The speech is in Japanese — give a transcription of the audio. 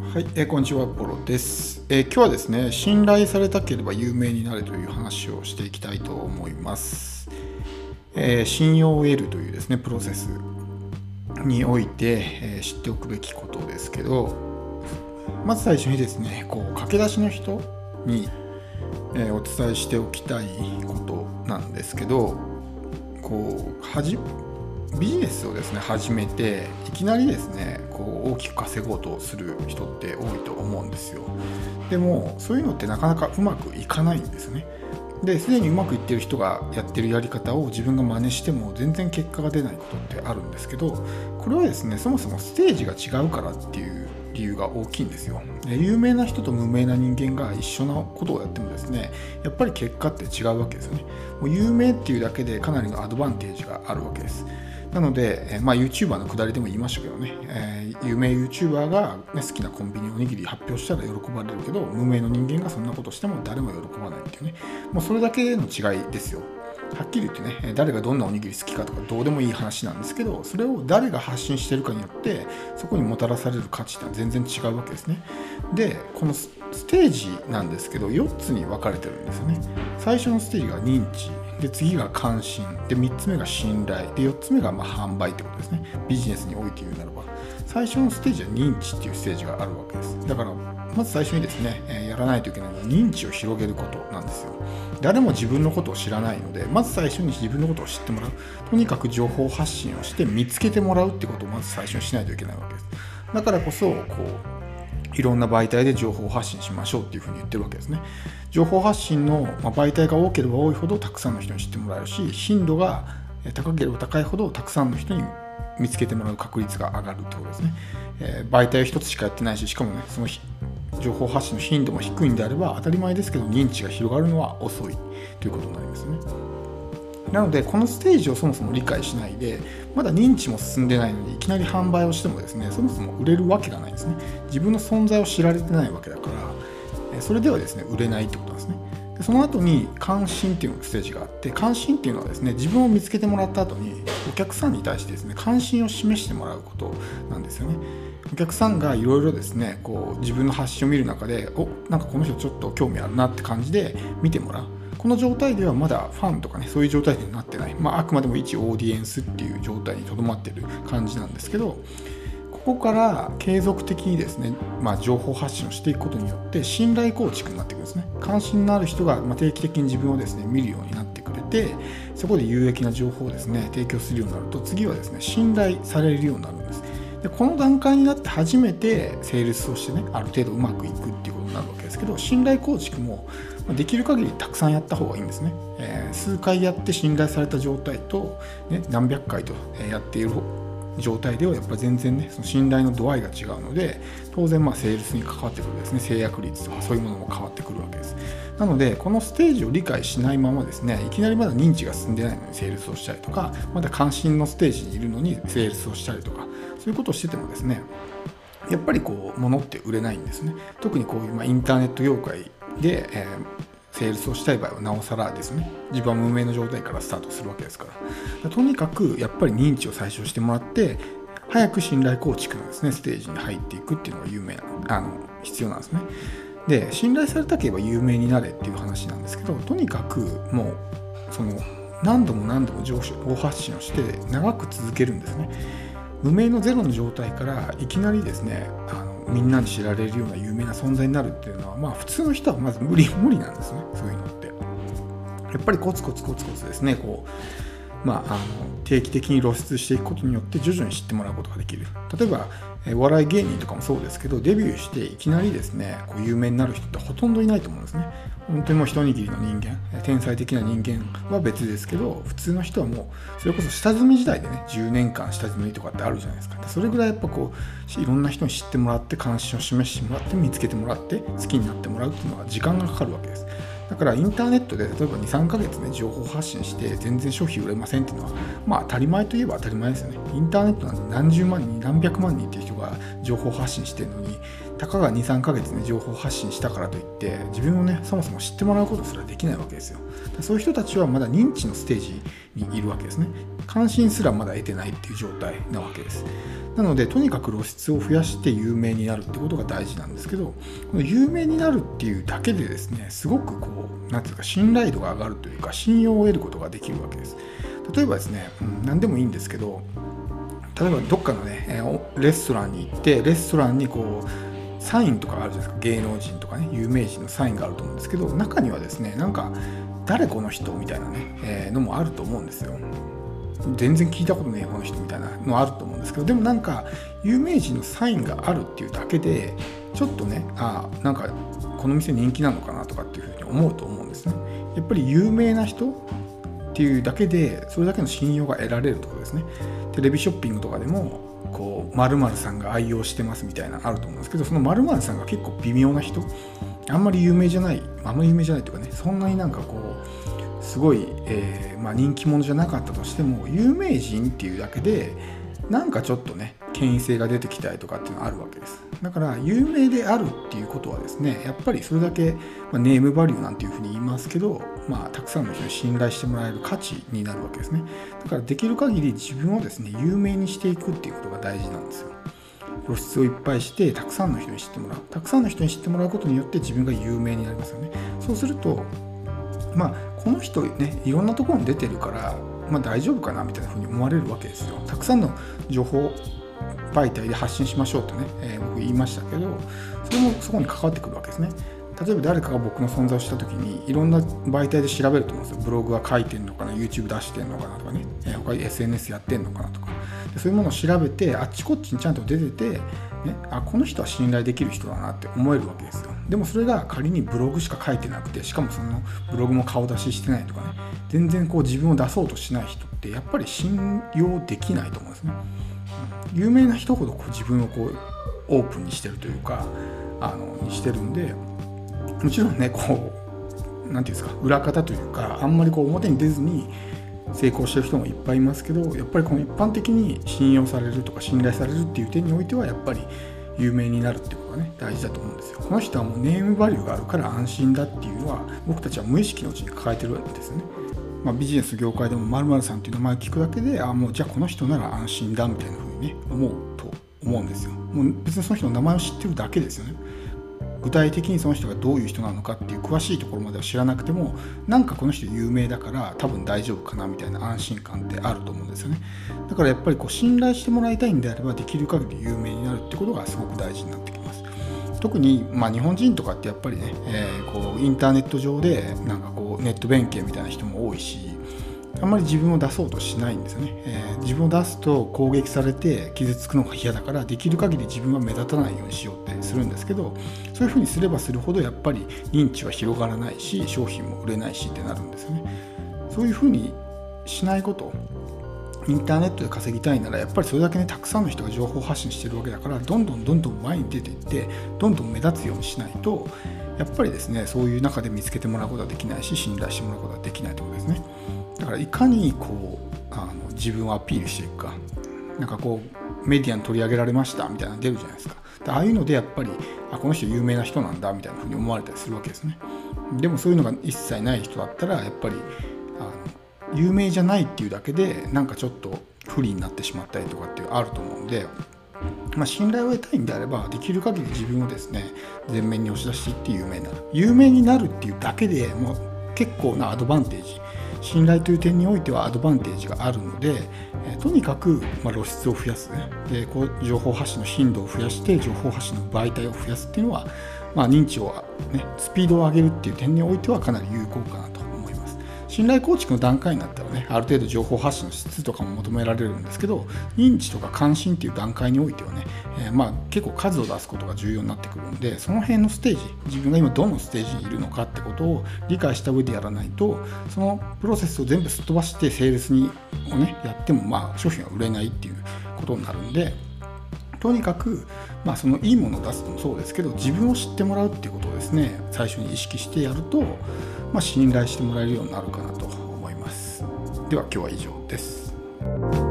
はい、こんにちは、ポロです。今日はですね、信頼されたければ有名になれという話をしていきたいと思います。信用を得るというですね、プロセスにおいて、知っておくべきことですけど、まず最初にですね、駆け出しの人に、お伝えしておきたいことなんですけど、ビジネスをですね始めていきなりですね大きく稼ごうとする人って多いと思うんですよ。でもそういうのってなかなかうまくいかないんですね。ですでにうまくいってる人がやってるやり方を自分が真似しても全然結果が出ないことってあるんですけど、これはですねそもそもステージが違うからっていう理由が大きいんですよ。有名な人と無名な人間が一緒なことをやってもですねやっぱり結果って違うわけですよね。もう有名っていうだけでかなりのアドバンテージがあるわけです。なので、YouTuber のくだりでも言いましたけどね、有名 YouTuber が、好きなコンビニおにぎり発表したら喜ばれるけど、無名の人間がそんなことしても誰も喜ばないっていうね、もうそれだけの違いですよ。はっきり言ってね、誰がどんなおにぎり好きかとかどうでもいい話なんですけど、それを誰が発信してるかによってそこにもたらされる価値ってのは全然違うわけですね。で、このステージなんですけど4つに分かれてるんですよね。最初のステージが認知で、次が関心で、3つ目が信頼で、4つ目が販売ってことですね。ビジネスにおいて言うならば最初のステージは認知っていうステージがあるわけです。だからまず最初にですね、やらないといけないのは認知を広げることなんですよ。誰も自分のことを知らないので、まず最初に自分のことを知ってもらう。とにかく情報発信をして見つけてもらうってことをまず最初にしないといけないわけです。だからこそいろんな媒体で情報発信しましょうっていうふうに言ってるわけですね。情報発信の媒体が多ければ多いほどたくさんの人に知ってもらえるし、頻度が高ければ高いほどたくさんの人に見つけてもらう確率が上がるってことですね。媒体を一つしかやってないし、しかもねその情報発信の頻度も低いんであれば当たり前ですけど認知が広がるのは遅いということになりますね。なのでこのステージをそもそも理解しないで、まだ認知も進んでないのにいきなり販売をしてもですねそもそも売れるわけがないんですね。自分の存在を知られてないわけだから、それではですね売れないってことなんですね。でその後に関心っていうステージがあって、関心っていうのはですね自分を見つけてもらった後にお客さんに対してですね関心を示してもらうことなんですよね。お客さんがいろいろですね自分の発信を見る中でなんかこの人ちょっと興味あるなって感じで見てもらう。この状態ではまだファンとかねそういう状態になってない、あくまでも一オーディエンスっていう状態にとどまっている感じなんですけど、ここから継続的にですね、情報発信をしていくことによって信頼構築になっていくんですね。関心のある人が定期的に自分をですね見るようになってくれて、そこで有益な情報をですね提供するようになると、次はですね信頼されるようになるんです。でこの段階になって初めてセールスをしてねある程度うまくいくっていうことになるわけですけど、信頼構築もできる限りたくさんやった方がいいんですね。数回やって信頼された状態と、何百回とやっている状態ではやっぱり全然ねその信頼の度合いが違うので、当然セールスに関わってくるですね制約率とかそういうものも変わってくるわけです。なのでこのステージを理解しないままですねいきなりまだ認知が進んでないのにセールスをしたりとか、まだ関心のステージにいるのにセールスをしたりとか、そういうことをしててもですねやっぱり物って売れないんですね。特にこういうインターネット業界で、セールスをしたい場合はなおさらですね、自分は無名の状態からスタートするわけですから、とにかくやっぱり認知を最初してもらって早く信頼構築のですねステージに入っていくっていうのが必要なんですね。で信頼されたければ有名になれっていう話なんですけど、とにかくもう何度も何度も情報発信をして長く続けるんですね。無名のゼロの状態からいきなりですねみんなに知られるような有名な存在になるっていうのは、普通の人はまず無理なんですね。そういうのってやっぱりコツコツですね定期的に露出していくことによって徐々に知ってもらうことができる。例えばお笑い芸人とかもそうですけど、デビューしていきなりですね有名になる人ってほとんどいないと思うんですね。本当にもう一握りの人間、天才的な人間は別ですけど、普通の人はもうそれこそ下積み時代でね10年間下積みとかってあるじゃないですか。それぐらいやっぱいろんな人に知ってもらって関心を示してもらって見つけてもらって好きになってもらうっていうのは時間がかかるわけです。だからインターネットで例えば 2,3 ヶ月ね情報発信して全然商品売れませんっていうのは当たり前といえば当たり前ですよね。インターネットなんて何十万人何百万人っていう人が情報発信してるのに、たかが 2,3 ヶ月ね情報発信したからといって自分をねそもそも知ってもらうことすらできないわけですよ。そういう人たちはまだ認知のステージにいるわけですね。 関心すらまだ得てないっていう状態なわけです。なのでとにかく露出を増やして有名になるってことが大事なんですけど、この有名になるっていうだけでですね、すごくなんていうか信頼度が上がるというか信用を得ることができるわけです。例えばですね、何でもいいんですけど、例えばどっかのねレストランに行って、レストランにサインとかあるじゃないですか。芸能人とかね有名人のサインがあると思うんですけど、中にはですねなんか誰この人みたいなね、のもあると思うんですよ。全然聞いたことねえこの人みたいなのあると思うんですけど、でもなんか有名人のサインがあるっていうだけでちょっとね、なんかこの店人気なのかなとかっていうふうに思うと思うんですね。やっぱり有名な人っていうだけでそれだけの信用が得られるところですね。テレビショッピングとかでも〇〇さんが愛用してますみたいなのあると思うんですけど、その〇〇さんが結構微妙な人、あんまり有名じゃない、というかね、そんなになんかすごい、人気者じゃなかったとしても、有名人っていうだけでなんかちょっとね権威性が出てきたりとかっていうのがあるわけです。だから有名であるっていうことはですね、やっぱりそれだけ、ネームバリューなんていうふうに言いますけど、たくさんの人に信頼してもらえる価値になるわけですね。だからできる限り自分をですね有名にしていくっていうことが大事なんですよ。露出をいっぱいしてたくさんの人に知ってもらう、たくさんの人に知ってもらうことによって自分が有名になりますよね。そうするとこの人ねいろんなところに出てるから、大丈夫かなみたいなふうに思われるわけですよ。たくさんの情報媒体で発信しましょうとね、僕言いましたけど、それもそこに関わってくるわけですね。例えば誰かが僕の存在をした時にいろんな媒体で調べると思うんですよ。ブログは書いてんのかな、 YouTube 出してんのかなとかね、他に SNS やってんのかなとか、でそういうものを調べてあっちこっちにちゃんと出てて、この人は信頼できる人だなって思えるわけですよ。でもそれが仮にブログしか書いてなくて、しかもそのブログも顔出ししてないとかね、全然自分を出そうとしない人ってやっぱり信用できないと思うんですね。有名な人ほど自分をオープンにしてるというかにしてるんで、もちろんねなんていうんですか、裏方というかあんまり表に出ずに成功してる人もいっぱいいますけど、やっぱり一般的に信用されるとか信頼されるっていう点においてはやっぱり有名になるっていうことがね大事だと思うんですよ。この人はもうネームバリューがあるから安心だっていうのは僕たちは無意識のうちに抱えてるわけですよね。ビジネス業界でも〇〇さんっていう名前を聞くだけでもうじゃあこの人なら安心だみたいな風にね思うと思うんですよ。もう別にその人の名前を知ってるだけですよね。具体的にその人がどういう人なのかっていう詳しいところまでは知らなくても、なんかこの人有名だから多分大丈夫かなみたいな安心感ってあると思うんですよね。だからやっぱり信頼してもらいたいんであればできる限り有名になるってことがすごく大事になってきます。特に、日本人とかってやっぱりね、インターネット上でなんかネット弁慶みたいな人も多いし、あんまり自分を出そうとしないんですよね。自分を出すと攻撃されて傷つくのが嫌だから、できる限り自分は目立たないようにしようってするんですけど、そういうふうにすればするほどやっぱり認知は広がらないし商品も売れないしってなるんですよね。そういうふうにしないこと、インターネットで稼ぎたいならやっぱりそれだけねたくさんの人が情報発信してるわけだから、どんどん前に出ていってどんどん目立つようにしないとやっぱりですねそういう中で見つけてもらうことはできないし信頼してもらうことはできないということですね。だからいかに自分をアピールしていくか、なんかメディアに取り上げられましたみたいなの出るじゃないですか。ああいうのでやっぱりこの人有名な人なんだみたいなふうに思われたりするわけですね。でもそういうのが一切ない人だったらやっぱり有名じゃないっていうだけでなんかちょっと不利になってしまったりとかっていうあると思うんで、信頼を得たいんであればできる限り自分をですね前面に押し出していって有名になるっていうだけでもう結構なアドバンテージ、信頼という点においてはアドバンテージがあるので、とにかく露出を増やす、で情報発信の頻度を増やして情報発信の媒体を増やすっていうのは、認知を、スピードを上げるっていう点においてはかなり有効かなと思います。信頼構築の段階になったらねある程度情報発信の質とかも求められるんですけど、認知とか関心っていう段階においてはね、結構数を出すことが重要になってくるので、その辺のステージ、自分が今どのステージにいるのかってことを理解した上でやらないと、そのプロセスを全部すっ飛ばしてセールスをねやっても商品は売れないっていうことになるんで、とにかく、そのいいものを出すのもそうですけど自分を知ってもらうっていうことをですね最初に意識してやると、信頼してもらえるようになるかなと思います。では今日は以上です。